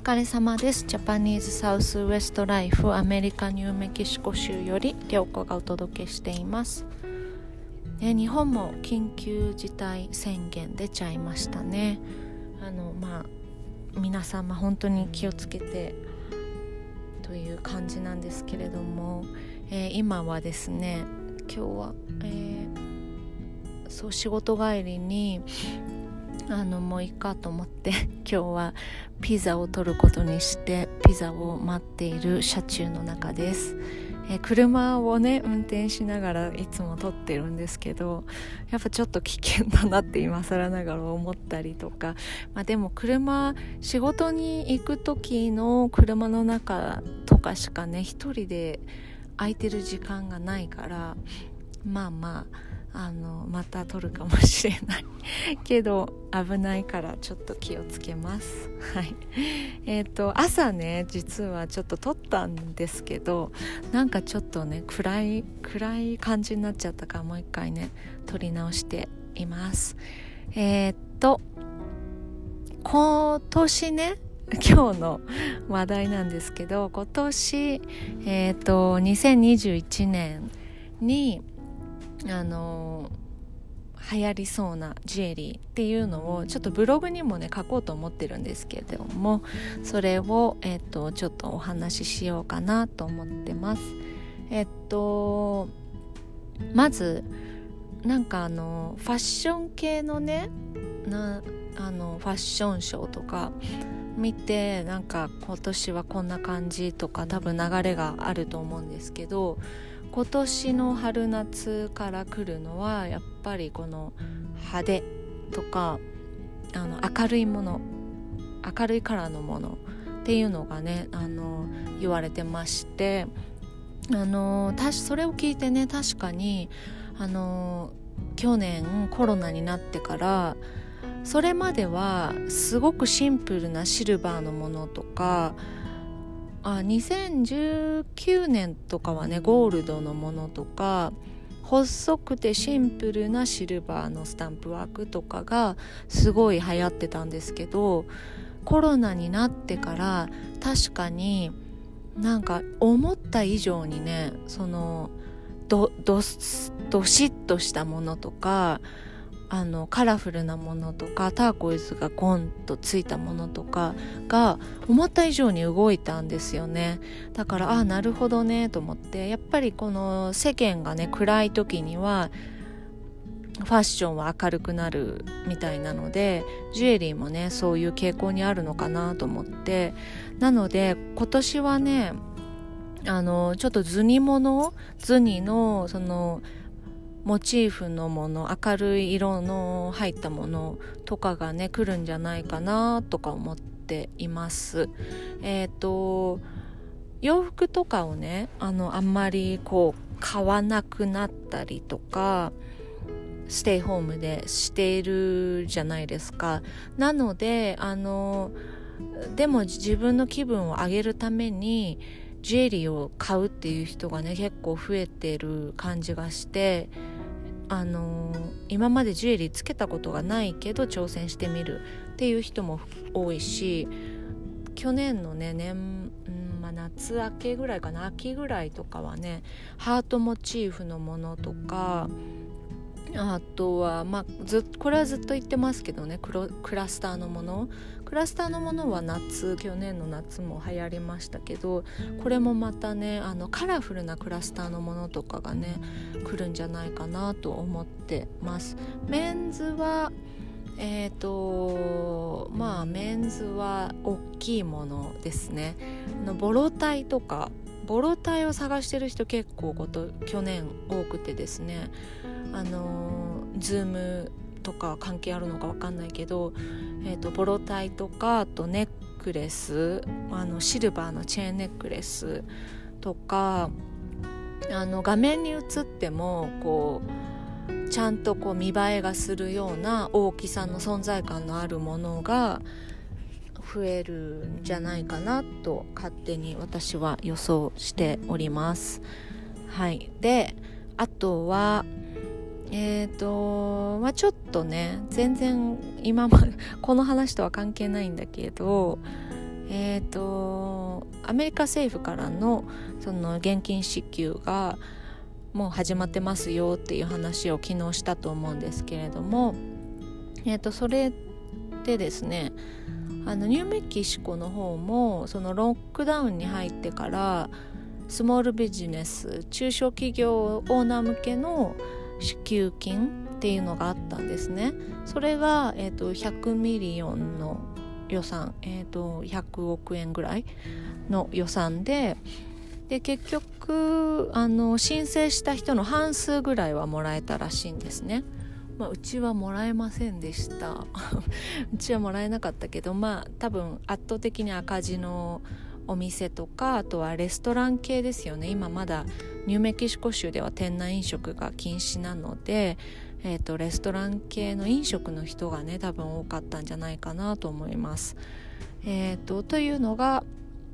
疲れ様です。ジャパニーズサウスウエストライフアメリカニューメキシコ州より涼子がお届けしています。日本も緊急事態宣言出ちゃいましたね。皆様本当に気をつけてという感じなんですけれども、今はですね、今日は、仕事帰りにもういいかと思って今日はピザを取ることにしてピザを待っている車中の中です。車をね運転しながらいつも撮ってるんですけど、やっぱちょっと危険だなって今更ながら思ったりとか、でも仕事に行く時の車の中とかしかね一人で空いてる時間がないから、また撮るかもしれないけど危ないからちょっと気をつけます。はい。朝ね実はちょっと撮ったんですけど、なんかちょっとね暗い感じになっちゃったからもう一回ね撮り直しています。今年ね今日の話題なんですけど、今年2021年に流行りそうなジュエリーっていうのをちょっとブログにもね書こうと思ってるんですけれども、それをちょっとお話ししようかなと思ってます。まずなんかファッション系のねファッションショーとか見て、なんか今年はこんな感じとか多分流れがあると思うんですけど、今年の春夏から来るのはやっぱりこの派手とか明るいもの、明るいカラーのものっていうのがね言われてまして、それを聞いてね、確かに去年コロナになってからそれまではすごくシンプルなシルバーのものとか、2019年とかはねゴールドのものとか細くてシンプルなシルバーのスタンプワークとかがすごい流行ってたんですけど、コロナになってから確かになんか思った以上にねどしっとしたものとかカラフルなものとかターコイズがゴンとついたものとかが思った以上に動いたんですよね。だからなるほどねと思って、やっぱりこの世間がね暗い時にはファッションは明るくなるみたいなので、ジュエリーもねそういう傾向にあるのかなと思って、なので今年はねちょっと図にのそのモチーフのもの、明るい色の入ったものとかがね来るんじゃないかなとか思っています。洋服とかをねあんまり買わなくなったりとかステイホームでしているじゃないですか。なのででも自分の気分を上げるためにジュエリーを買うっていう人がね結構増えてる感じがして、今までジュエリーつけたことがないけど挑戦してみるっていう人も多いし、去年のね夏明けぐらいかな、秋ぐらいとかはねハートモチーフのものとか、あとはこれはずっと言ってますけどね、クラスターのものは去年の夏も流行りましたけど、これもまたねカラフルなクラスターのものとかがね来るんじゃないかなと思ってます。メンズはメンズは大きいものですね。ボロタイを探してる人結構去年多くてですね、ズームとか関係あるのか分かんないけど、ボロタイとか、あとネックレス、シルバーのチェーンネックレスとか、画面に映ってもちゃんと見栄えがするような大きさの存在感のあるものが増えるんじゃないかなと勝手に私は予想しております。はい。で、あとはちょっとね全然今までこの話とは関係ないんだけど、 アメリカ政府からのその現金支給がもう始まってますよっていう話を昨日したと思うんですけれども、それでですね、ニューメキシコの方もそのロックダウンに入ってからスモールビジネス、中小企業オーナー向けの支給金っていうのがあったんですね。それが、100ミリオンの予算、100億円ぐらいの予算で結局申請した人の半数ぐらいはもらえたらしいんですね。うちはもらえませんでしたうちはもらえなかったけど、多分圧倒的に赤字のお店とか、あとはレストラン系ですよね。今まだニューメキシコ州では店内飲食が禁止なので、レストラン系の飲食の人がね多分多かったんじゃないかなと思います。というのが、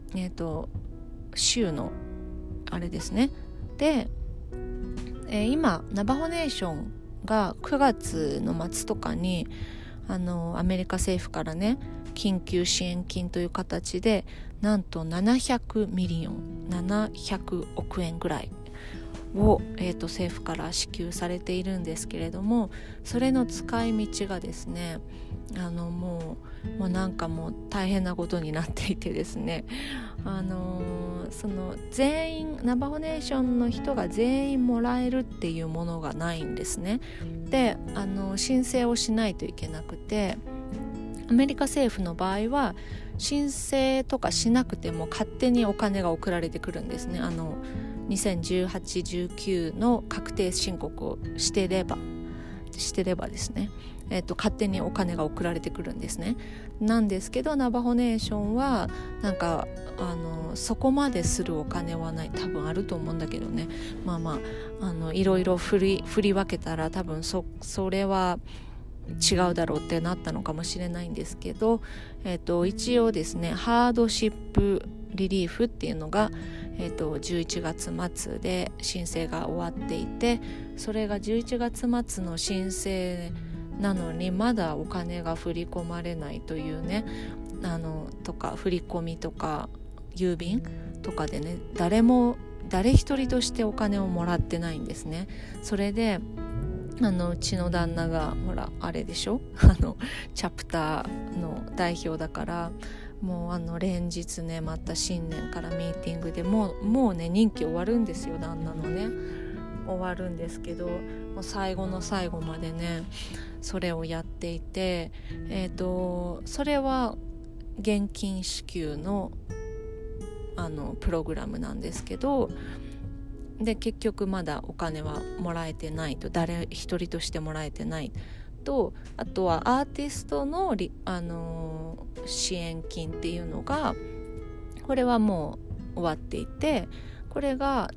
州のあれですね。で、今ナバホネーションが9月の末とかにアメリカ政府からね緊急支援金という形でなんと700ミリオン700億円ぐらいを、政府から支給されているんですけれども、それの使い道がですねもうなんかもう大変なことになっていてですね、その全員ナバホネーションの人が全員もらえるっていうものがないんですね。で申請をしないといけなくて、アメリカ政府の場合は申請とかしなくても勝手にお金が送られてくるんですね。2018、19の確定申告をしてればですね、勝手にお金が送られてくるんですね。なんですけどナバホネーションはなんかそこまでするお金はない、多分あると思うんだけどね、いろいろ振り分けたら多分それは違うだろうってなったのかもしれないんですけど、一応ですねハードシップリリーフっていうのが、11月末で申請が終わっていて、それが11月末の申請なのにまだお金が振り込まれないというね、とか振り込みとか郵便とかでね誰一人としてお金をもらってないんですね。それでうちの旦那がほらあれでしょチャプターの代表だから、もう連日ねまた新年からミーティングでもうね任期終わるんですよ。旦那のね終わるんですけど、もう最後の最後までねそれをやっていて、それは現金支給のプログラムなんですけど、で結局まだお金はもらえてないと、誰一人としてもらえてないと、あとはアーティストの支援金っていうのがこれはもう終わっていて、これが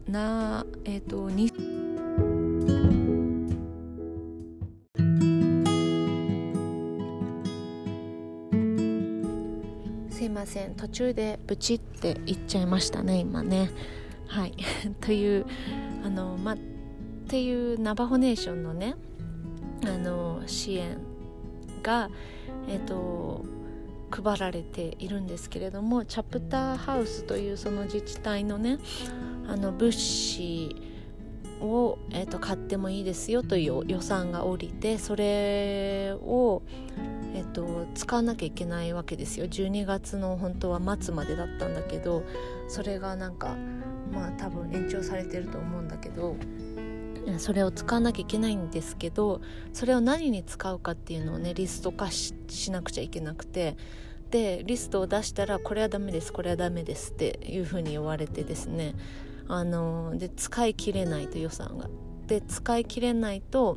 すいません、途中でブチって言っちゃいましたね今ね。はいというっていうナバホネーションのね支援が配られているんですけれども、チャプターハウスというその自治体のね物資を、買ってもいいですよという予算が下りて、それを使わなきゃいけないわけですよ。12月の本当は末までだったんだけど、それがなんか多分延長されてると思うんだけど、それを使わなきゃいけないんですけど、それを何に使うかっていうのをねリスト化 しなくちゃいけなくて、でリストを出したらこれはダメですこれはダメですっていうふうに言われてですね、で使い切れないと、予算がで使い切れないと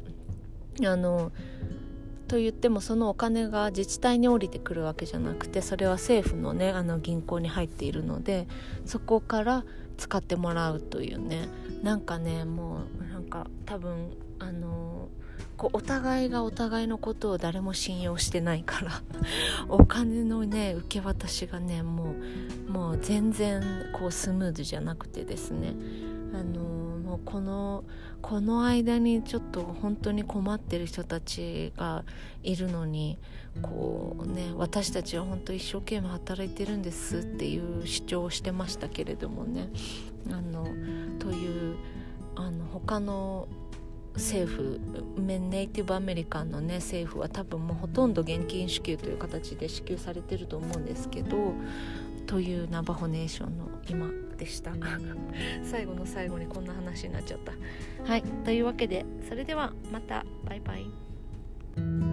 と言ってもそのお金が自治体に降りてくるわけじゃなくて、それは政府のね銀行に入っているので、そこから使ってもらうというね、なんかねもうなんか多分お互いがお互いのことを誰も信用してないからお金のね受け渡しがねもう全然こうスムーズじゃなくてですね、もこの間にちょっと本当に困ってる人たちがいるのに私たちは本当一生懸命働いてるんですっていう主張をしてましたけれどもね、という他の政府ネイティブアメリカンのね政府は多分もうほとんど現金支給という形で支給されてると思うんですけど、というナバホネーションの今でした最後の最後にこんな話になっちゃった。はい、というわけでそれではまたバイバイ。